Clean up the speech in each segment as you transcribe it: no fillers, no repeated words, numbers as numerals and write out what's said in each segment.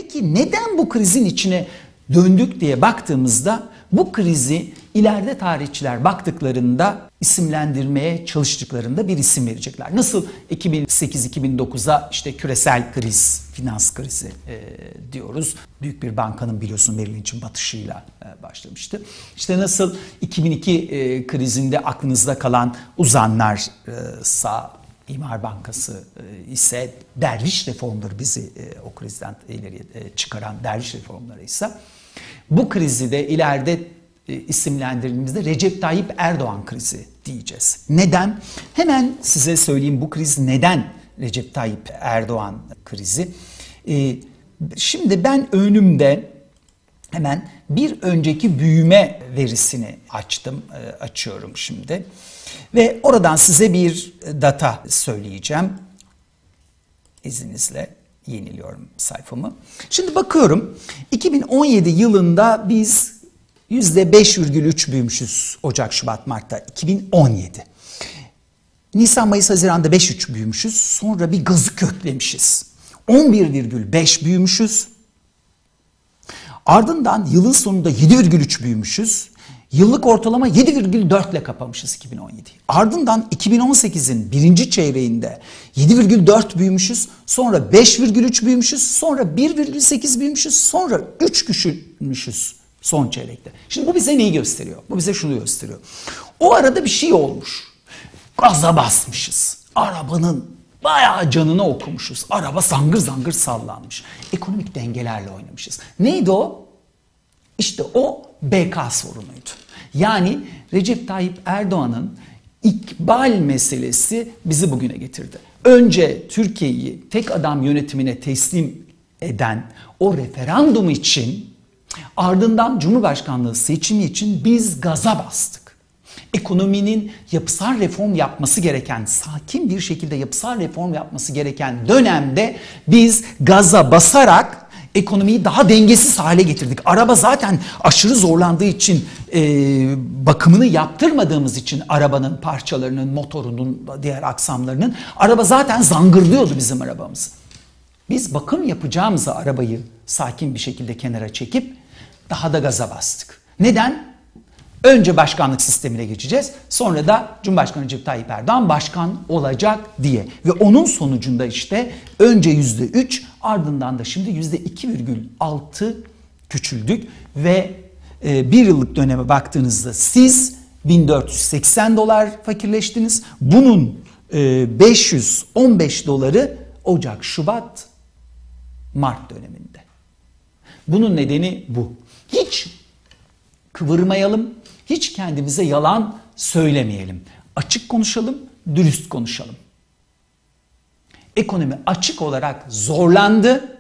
Peki neden bu krizin içine döndük diye baktığımızda bu krizi ileride tarihçiler baktıklarında isimlendirmeye çalıştıklarında bir isim verecekler. Nasıl 2008-2009'a işte küresel kriz, finans krizi diyoruz. Büyük bir bankanın biliyorsun Merrill Lynch'in batışıyla başlamıştı. İşte nasıl 2002 krizinde aklınızda kalan uzanlarsa İmar Bankası ise derviş reformları bizi o krizden ileriye çıkaran derviş reformları ise bu krizi de ileride isimlendirdiğimizde Recep Tayyip Erdoğan krizi diyeceğiz. Neden? Hemen size söyleyeyim bu kriz neden Recep Tayyip Erdoğan krizi? Şimdi ben önümde hemen bir önceki büyüme verisini açıyorum şimdi. Ve oradan size bir data söyleyeceğim. İzninizle yeniliyorum sayfamı. Şimdi bakıyorum 2017 yılında biz %5,3 büyümüşüz Ocak, Şubat, Mart'ta 2017. Nisan, Mayıs, Haziran'da 5,3 büyümüşüz. Sonra bir gazı köklemişiz. 11,5 büyümüşüz. Ardından yılın sonunda 7,3 büyümüşüz. Yıllık ortalama 7,4 ile kapamışız 2017. Ardından 2018'in birinci çeyreğinde 7,4 büyümüşüz. Sonra 5,3 büyümüşüz. Sonra 1,8 büyümüşüz. Sonra 3 küçülmüşüz son çeyrekte. Şimdi bu bize neyi gösteriyor? Bu bize şunu gösteriyor. O arada bir şey olmuş. Gaza basmışız. Arabanın bayağı canını okumuşuz. Araba zangır zangır sallanmış. Ekonomik dengelerle oynamışız. Neydi o? İşte o BK sorunuydu. Yani Recep Tayyip Erdoğan'ın ikbal meselesi bizi bugüne getirdi. Önce Türkiye'yi tek adam yönetimine teslim eden o referandum için, ardından Cumhurbaşkanlığı seçimi için biz gaza bastık. Ekonominin yapısal reform yapması gereken, sakin bir şekilde yapısal reform yapması gereken dönemde biz gaza basarak ekonomiyi daha dengesiz hale getirdik. Araba zaten aşırı zorlandığı için, bakımını yaptırmadığımız için arabanın parçalarının, motorunun, diğer aksamlarının, araba zaten zangırlıyordu bizim arabamız. Biz bakım yapacağımıza arabayı sakin bir şekilde kenara çekip daha da gaza bastık. Neden? Önce başkanlık sistemine geçeceğiz. Sonra da Cumhurbaşkanı Recep Tayyip Erdoğan başkan olacak diye. Ve onun sonucunda işte önce %3 ardından da şimdi %2,6 küçüldük. Ve bir yıllık döneme baktığınızda siz $1480 fakirleştiniz. Bunun 515 doları Ocak, Şubat, Mart döneminde. Bunun nedeni bu. Hiç kıvırmayalım. Hiç kendimize yalan söylemeyelim. Açık konuşalım, dürüst konuşalım. Ekonomi açık olarak zorlandı.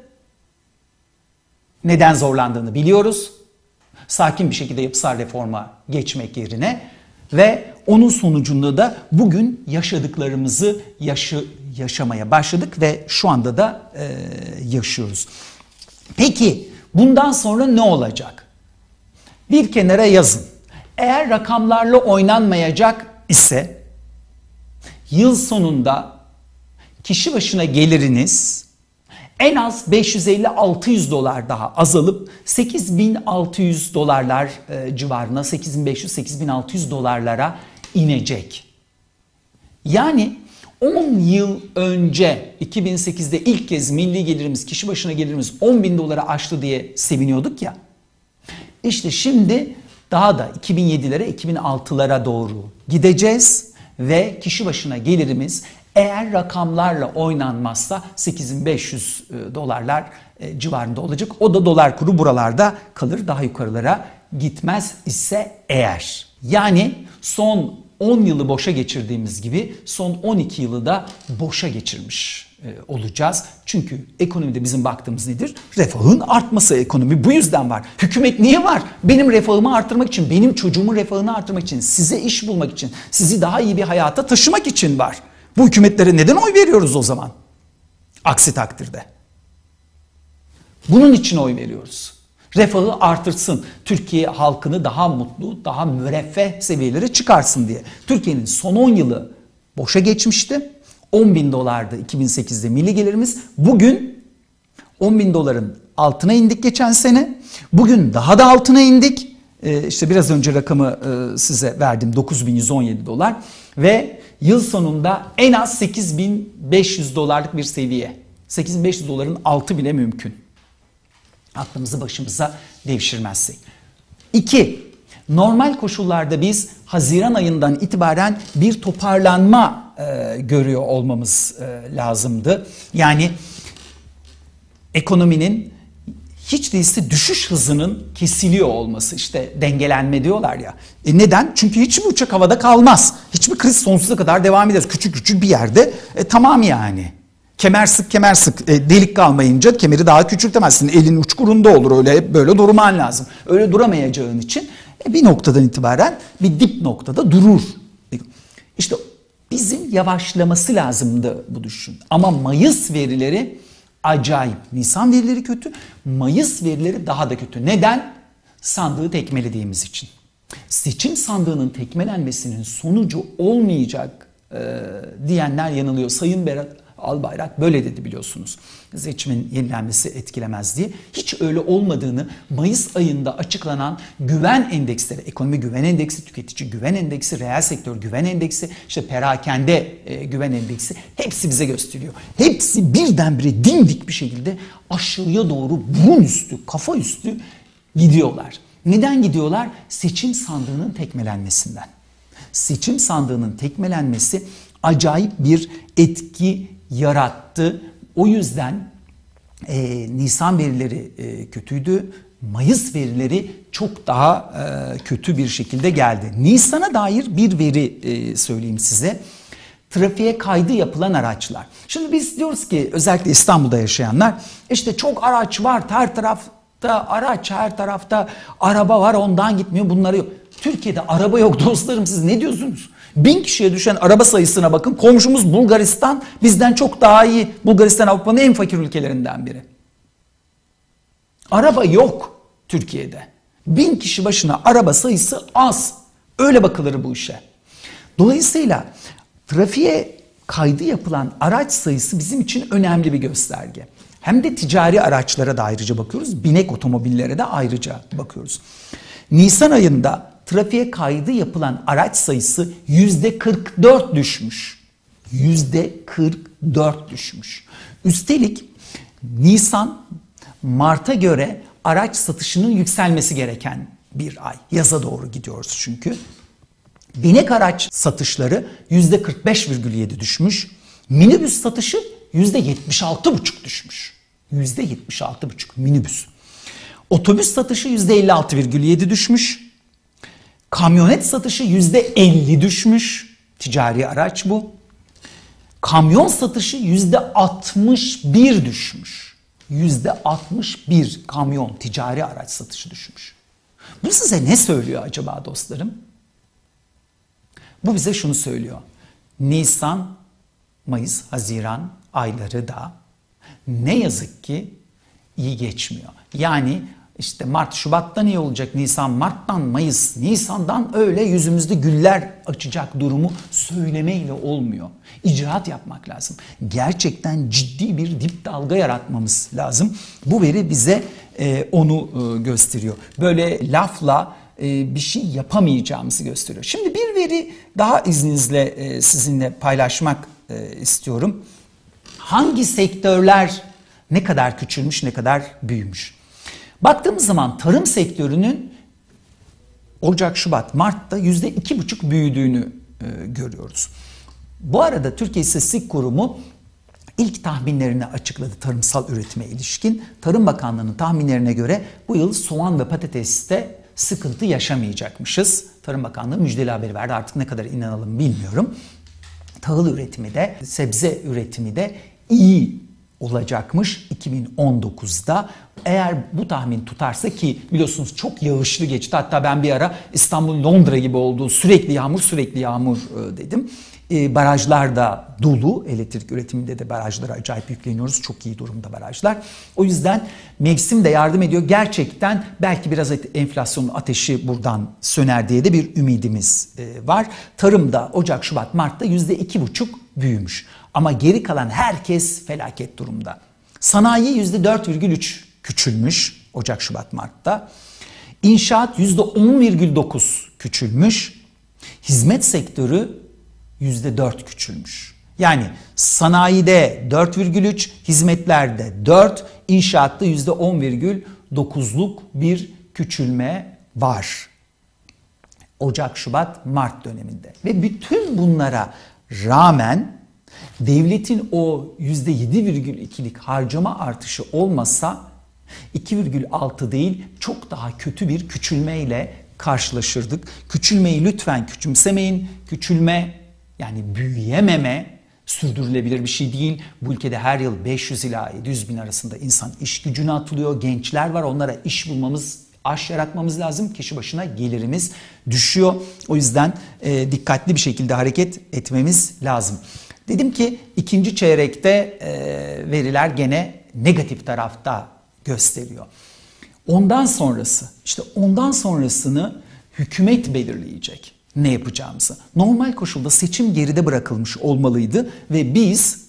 Neden zorlandığını biliyoruz. Sakin bir şekilde yapısal reforma geçmek yerine ve onun sonucunda da bugün yaşadıklarımızı yaşamaya başladık ve şu anda da yaşıyoruz. Peki bundan sonra ne olacak? Bir kenara yazın. Eğer rakamlarla oynanmayacak ise yıl sonunda kişi başına geliriniz en az 550-600 dolar daha azalıp 8.600 dolarlar civarına, 8.500-8.600 dolarlara inecek. Yani 10 yıl önce 2008'de ilk kez milli gelirimiz, kişi başına gelirimiz 10.000 dolara aştı diye seviniyorduk ya. İşte şimdi daha da 2007'lere, 2006'lara doğru gideceğiz ve kişi başına gelirimiz eğer rakamlarla oynanmazsa 8.500 dolarlar civarında olacak. O da dolar kuru buralarda kalır, daha yukarılara gitmez ise eğer. Yani son 10 yılı boşa geçirdiğimiz gibi son 12 yılı da boşa geçirmiş olacağız. Çünkü ekonomide bizim baktığımız nedir? Refahın artması, ekonomi bu yüzden var. Hükümet niye var? Benim refahımı artırmak için, benim çocuğumun refahını artırmak için, size iş bulmak için, sizi daha iyi bir hayata taşımak için var. Bu hükümetlere neden oy veriyoruz o zaman? Aksi takdirde. Bunun için oy veriyoruz. Refahı artırsın, Türkiye halkını daha mutlu, daha müreffeh seviyelere çıkarsın diye. Türkiye'nin son 10 yılı boşa geçmişti. 10.000 dolardı 2008'de milli gelirimiz. Bugün 10.000 doların altına indik geçen sene. Bugün daha da altına indik. İşte biraz önce rakamı size verdim, 9.117 dolar ve yıl sonunda en az 8.500 dolarlık bir seviye. 8.500 doların altı bile mümkün. Aklımızı başımıza devşirmezsek. 2. Normal koşullarda biz Haziran ayından itibaren bir toparlanma görüyor olmamız lazımdı. Yani ekonominin hiç değilse düşüş hızının kesiliyor olması, işte dengelenme diyorlar ya. Neden? Çünkü hiçbir uçak havada kalmaz. Hiçbir kriz sonsuza kadar devam eder. Küçük küçük bir yerde tamam yani. Kemer sık kemer sık, delik kalmayınca kemeri daha küçültemezsin. Elin uçkurunda olur, öyle hep böyle durman lazım. Öyle duramayacağın için bir noktadan itibaren bir dip noktada durur. İşte bizim yavaşlaması lazımdı bu düşüşün. Ama Mayıs verileri acayip. Nisan verileri kötü, Mayıs verileri daha da kötü. Neden? Sandığı tekmelediğimiz için. Seçim sandığının tekmelenmesinin sonucu olmayacak diyenler yanılıyor. Sayın Berat Albayrak böyle dedi biliyorsunuz. Seçimin yenilenmesi etkilemez diye. Hiç öyle olmadığını Mayıs ayında açıklanan güven endeksleri, ekonomi güven endeksi, tüketici güven endeksi, reel sektör güven endeksi, işte perakende güven endeksi hepsi bize gösteriyor. Hepsi birdenbire dimdik bir şekilde aşağıya doğru burun üstü, kafa üstü gidiyorlar. Neden gidiyorlar? Seçim sandığının tekmelenmesinden. Seçim sandığının tekmelenmesi acayip bir etki yarattı. O yüzden Nisan verileri kötüydü. Mayıs verileri çok daha kötü bir şekilde geldi. Nisan'a dair bir veri söyleyeyim size. Trafiğe kaydı yapılan araçlar. Şimdi biz diyoruz ki özellikle İstanbul'da yaşayanlar işte çok araç var, her tarafta araç, her tarafta araba var, ondan gitmiyor, bunları yok. Türkiye'de araba yok dostlarım, siz ne diyorsunuz? 1000 kişiye düşen araba sayısına bakın. Komşumuz Bulgaristan bizden çok daha iyi. Bulgaristan Avrupa'nın en fakir ülkelerinden biri. Araba yok Türkiye'de. 1000 kişi başına araba sayısı az. Öyle bakılır bu işe. Dolayısıyla trafiğe kaydı yapılan araç sayısı bizim için önemli bir gösterge. Hem de ticari araçlara da ayrıca bakıyoruz. Binek otomobillere de ayrıca bakıyoruz. Nisan ayında trafiğe kaydı yapılan araç sayısı %44 düşmüş. %44 düşmüş. Üstelik Nisan, Mart'a göre araç satışının yükselmesi gereken bir ay. Yaza doğru gidiyoruz çünkü. Binek araç satışları %45,7 düşmüş. Minibüs satışı %76,5 düşmüş. %76,5 minibüs. Otobüs satışı %56,7 düşmüş. Kamyonet satışı %50 düşmüş. Ticari araç bu. Kamyon satışı %61 düşmüş. %61 kamyon, ticari araç satışı düşmüş. Bu size ne söylüyor acaba dostlarım? Bu bize şunu söylüyor. Nisan, Mayıs, Haziran ayları da ne yazık ki iyi geçmiyor. Yani işte Mart, Şubat'tan iyi olacak, Nisan, Mart'tan, Mayıs, Nisan'dan öyle yüzümüzde güller açacak durumu söylemeyle olmuyor. İcraat yapmak lazım. Gerçekten ciddi bir dip dalga yaratmamız lazım. Bu veri bize onu gösteriyor. Böyle lafla bir şey yapamayacağımızı gösteriyor. Şimdi bir veri daha izninizle sizinle paylaşmak istiyorum. Hangi sektörler ne kadar küçülmüş, ne kadar büyümüş? Baktığımız zaman tarım sektörünün Ocak, Şubat, Mart'ta %2,5 büyüdüğünü görüyoruz. Bu arada Türkiye İstatistik Kurumu ilk tahminlerini açıkladı tarımsal üretime ilişkin. Tarım Bakanlığı'nın tahminlerine göre bu yıl soğan ve patateste sıkıntı yaşamayacakmışız. Tarım Bakanlığı müjdeli haberi verdi. Artık ne kadar inanalım bilmiyorum. Tahıl üretimi de, sebze üretimi de iyi olacakmış 2019'da. Eğer bu tahmin tutarsa, ki biliyorsunuz çok yağışlı geçti. Hatta ben bir ara İstanbul, Londra gibi olduğu, sürekli yağmur dedim. Barajlar da dolu. Elektrik üretiminde de barajlara acayip yükleniyoruz. Çok iyi durumda barajlar. O yüzden mevsim de yardım ediyor. Gerçekten belki biraz enflasyonun ateşi buradan söner diye de bir ümidimiz var. Tarımda Ocak, Şubat, Mart'ta %2,5 büyümüş. Ama geri kalan herkes felaket durumda. Sanayi %4,3 küçülmüş Ocak, Şubat, Mart'ta. İnşaat %10,9 küçülmüş. Hizmet sektörü %4 küçülmüş. Yani sanayide 4,3, hizmetlerde 4, inşaatta %10,9'luk bir küçülme var. Ocak, Şubat, Mart döneminde. Ve bütün bunlara rağmen devletin o %7,2'lik harcama artışı olmasa 2,6 değil çok daha kötü bir küçülmeyle karşılaşırdık. Küçülmeyi lütfen küçümsemeyin. Küçülme yani büyüyememe sürdürülebilir bir şey değil. Bu ülkede her yıl 500 ila 700 bin arasında insan iş gücüne atılıyor. Gençler var, onlara iş bulmamız, aş yaratmamız lazım. Kişi başına gelirimiz düşüyor. O yüzden dikkatli bir şekilde hareket etmemiz lazım. Dedim ki ikinci çeyrekte veriler gene negatif tarafta gösteriyor. Ondan sonrası, işte ondan sonrasını hükümet belirleyecek ne yapacağımızı. Normal koşulda seçim geride bırakılmış olmalıydı ve biz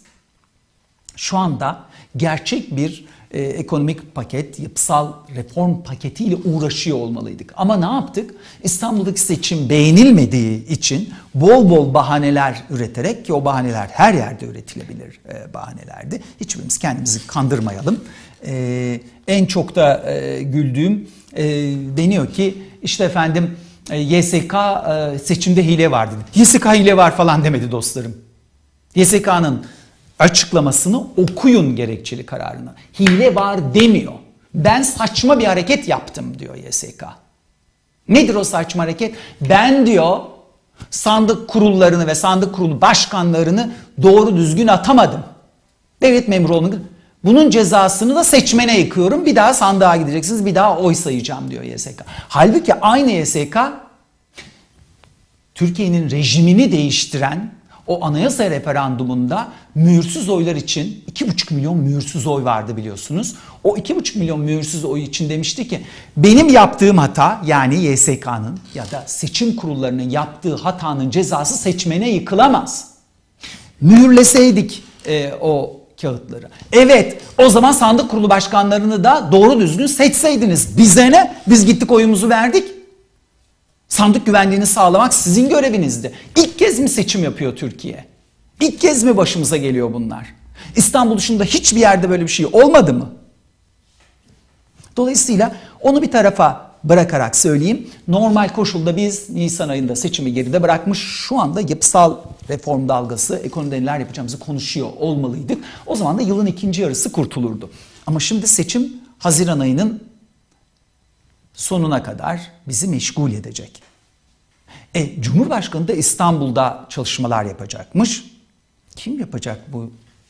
şu anda gerçek bir ekonomik paket, yapısal reform paketiyle uğraşıyor olmalıydık. Ama ne yaptık? İstanbul'daki seçim beğenilmediği için bol bol bahaneler üreterek, ki o bahaneler her yerde üretilebilir bahanelerdi. Hiçbirimiz kendimizi kandırmayalım. En çok da güldüğüm deniyor ki işte efendim YSK seçimde hile var dedi. YSK hile var falan demedi dostlarım. YSK'nın açıklamasını okuyun, gerekçeli kararını. Hile var demiyor. Ben saçma bir hareket yaptım diyor YSK. Nedir o saçma hareket? Ben diyor sandık kurullarını ve sandık kurulu başkanlarını doğru düzgün atamadım. Devlet memuru olmak. Bunun cezasını da seçmene yıkıyorum. Bir daha sandığa gideceksiniz, bir daha oy sayacağım diyor YSK. Halbuki aynı YSK Türkiye'nin rejimini değiştiren o anayasa referandumunda mühürsüz oylar için 2,5 milyon mühürsüz oy vardı biliyorsunuz. O 2,5 milyon mühürsüz oy için demişti ki benim yaptığım hata, yani YSK'nın ya da seçim kurullarının yaptığı hatanın cezası seçmene yıkılamaz. Mühürleseydik o kağıtları. Evet, o zaman sandık kurulu başkanlarını da doğru düzgün seçseydiniz. Bize ne? Biz gittik oyumuzu verdik. Sandık güvenliğini sağlamak sizin görevinizdi. İlk kez mi seçim yapıyor Türkiye? İlk kez mi başımıza geliyor bunlar? İstanbul dışında hiçbir yerde böyle bir şey olmadı mı? Dolayısıyla onu bir tarafa bırakarak söyleyeyim. Normal koşulda biz Nisan ayında seçimi geride bırakmış, şu anda yapısal reform dalgası, ekonomide neler yapacağımızı konuşuyor olmalıydık. O zaman da yılın ikinci yarısı kurtulurdu. Ama şimdi seçim Haziran ayının sonuna kadar bizi meşgul edecek. Cumhurbaşkanı da İstanbul'da çalışmalar yapacakmış. Kim yapacak bu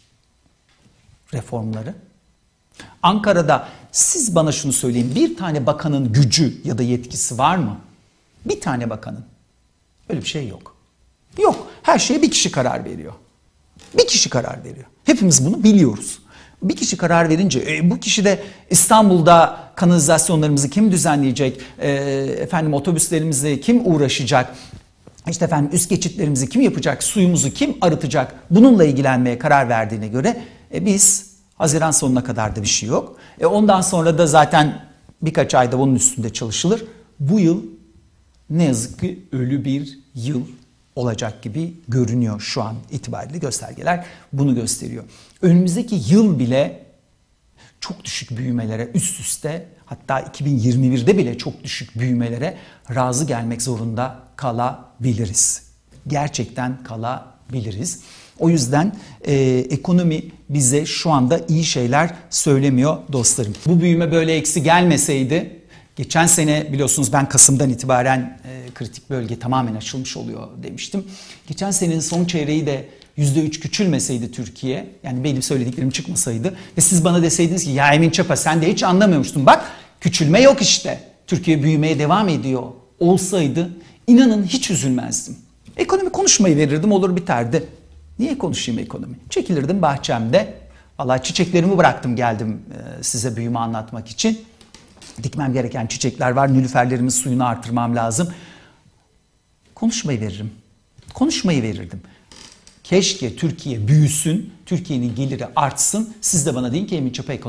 reformları? Ankara'da siz bana şunu söyleyin, bir tane bakanın gücü ya da yetkisi var mı? Bir tane bakanın. Öyle bir şey yok. Yok. Her şeye bir kişi karar veriyor. Bir kişi karar veriyor. Hepimiz bunu biliyoruz. Bir kişi karar verince bu kişi de İstanbul'da kanalizasyonlarımızı kim düzenleyecek? Efendim otobüslerimizi kim uğraşacak? İşte efendim üst geçitlerimizi kim yapacak? Suyumuzu kim arıtacak? Bununla ilgilenmeye karar verdiğine göre biz Haziran sonuna kadar da bir şey yok. Ondan sonra da zaten birkaç ayda bunun üstünde çalışılır. Bu yıl ne yazık ki ölü bir yıl olacak gibi görünüyor şu an itibariyle, göstergeler bunu gösteriyor. Önümüzdeki yıl bile çok düşük büyümelere üst üste, hatta 2021'de bile çok düşük büyümelere razı gelmek zorunda kalabiliriz. Gerçekten kalabiliriz. O yüzden ekonomi bize şu anda iyi şeyler söylemiyor dostlarım. Bu büyüme böyle eksi gelmeseydi, geçen sene biliyorsunuz ben Kasım'dan itibaren kritik bölge tamamen açılmış oluyor demiştim. Geçen senenin son çeyreği de %3 küçülmeseydi Türkiye, yani benim söylediklerim çıkmasaydı ve siz bana deseydiniz ki ya Emin Çapa sen de hiç anlamıyormuştun, bak küçülme yok işte, Türkiye büyümeye devam ediyor olsaydı inanın hiç üzülmezdim. Ekonomi konuşmayı verirdim, olur biterdi. Niye konuşayım ekonomi? Çekilirdim bahçemde. Vallahi çiçeklerimi bıraktım geldim size büyüme anlatmak için. Dikmem gereken çiçekler var. Nilüferlerimin suyunu artırmam lazım. Konuşmayı veririm. Konuşmayı verirdim. Keşke Türkiye büyüsün, Türkiye'nin geliri artsın. Siz de bana deyin ki Emin Çapa ekonomi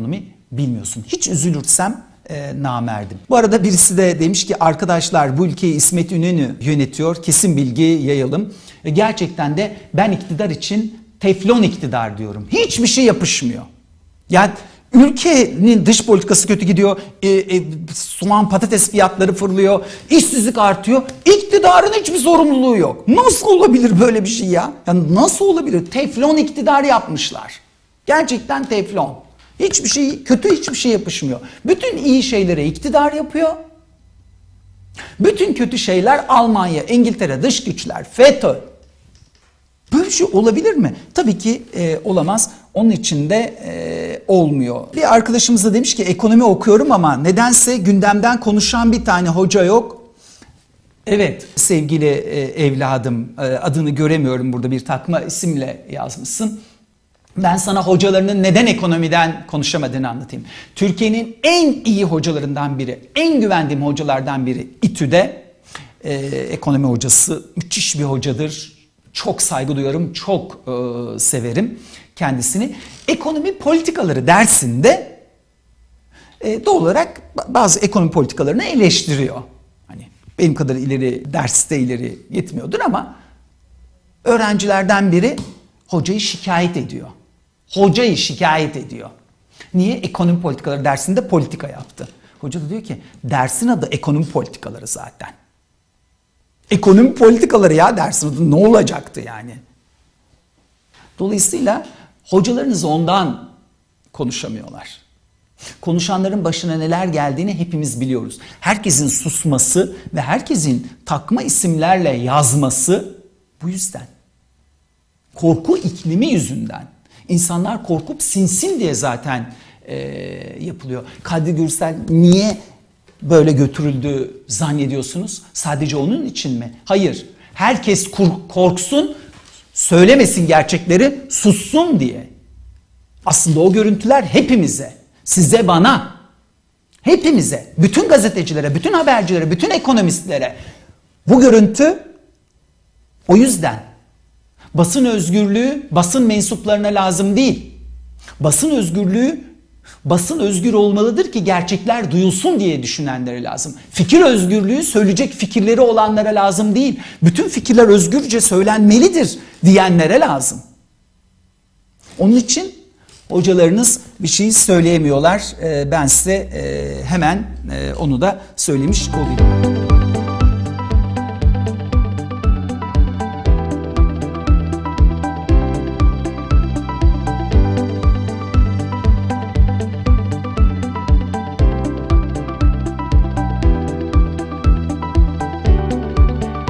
bilmiyorsun. Hiç üzülürsem namerdim. Bu arada birisi de demiş ki arkadaşlar bu ülkeyi İsmet İnönü yönetiyor. Kesin bilgi yayalım. Gerçekten de ben iktidar için teflon iktidar diyorum. Hiçbir şey yapışmıyor. Yani ülkenin dış politikası kötü gidiyor. Soğan patates fiyatları fırlıyor. İşsizlik artıyor. İktidarın hiçbir sorumluluğu yok. Nasıl olabilir böyle bir şey ya? Yani nasıl olabilir? Teflon iktidar yapmışlar. Gerçekten teflon. Hiçbir şey, kötü hiçbir şey yapışmıyor. Bütün iyi şeylere iktidar yapıyor. Bütün kötü şeyler Almanya, İngiltere, dış güçler, FETÖ. Böyle bir şey olabilir mi? Tabii ki olamaz. Onun için de olmuyor. Bir arkadaşımız da demiş ki ekonomi okuyorum ama nedense gündemden konuşan bir tane hoca yok. Evet sevgili evladım, adını göremiyorum burada, bir takma isimle yazmışsın. Ben sana hocalarının neden ekonomiden konuşamadığını anlatayım. Türkiye'nin en iyi hocalarından biri, en güvendiğim hocalardan biri İTÜ'de ekonomi hocası. Müthiş bir hocadır. Çok saygı duyarım, çok severim kendisini. Ekonomi politikaları dersinde doğal olarak bazı ekonomi politikalarını eleştiriyor. Hani benim kadar ileri, derste ileri gitmiyordur ama öğrencilerden biri hocayı şikayet ediyor. Hocayı şikayet ediyor. Niye? Ekonomi politikaları dersinde politika yaptı. Hoca da diyor ki dersin adı ekonomi politikaları zaten. Ekonomi politikaları ya dersin adı, ne olacaktı yani? Dolayısıyla hocalarınız ondan konuşamıyorlar. Konuşanların başına neler geldiğini hepimiz biliyoruz. Herkesin susması ve herkesin takma isimlerle yazması bu yüzden. Korku iklimi yüzünden. İnsanlar korkup sinsin diye zaten yapılıyor. Kadri Gürsel niye böyle götürüldü zannediyorsunuz? Sadece onun için mi? Hayır. Herkes korksun, söylemesin gerçekleri, sussun diye. Aslında o görüntüler hepimize, size, bana, hepimize, bütün gazetecilere, bütün habercilere, bütün ekonomistlere bu görüntü o yüzden. Basın özgürlüğü basın mensuplarına lazım değil. Basın özgürlüğü basın özgür olmalıdır ki gerçekler duyulsun diye düşünenlere lazım. Fikir özgürlüğü söyleyecek fikirleri olanlara lazım değil. Bütün fikirler özgürce söylenmelidir diyenlere lazım. Onun için hocalarınız bir şey söyleyemiyorlar. Ben size hemen onu da söylemiş olayım.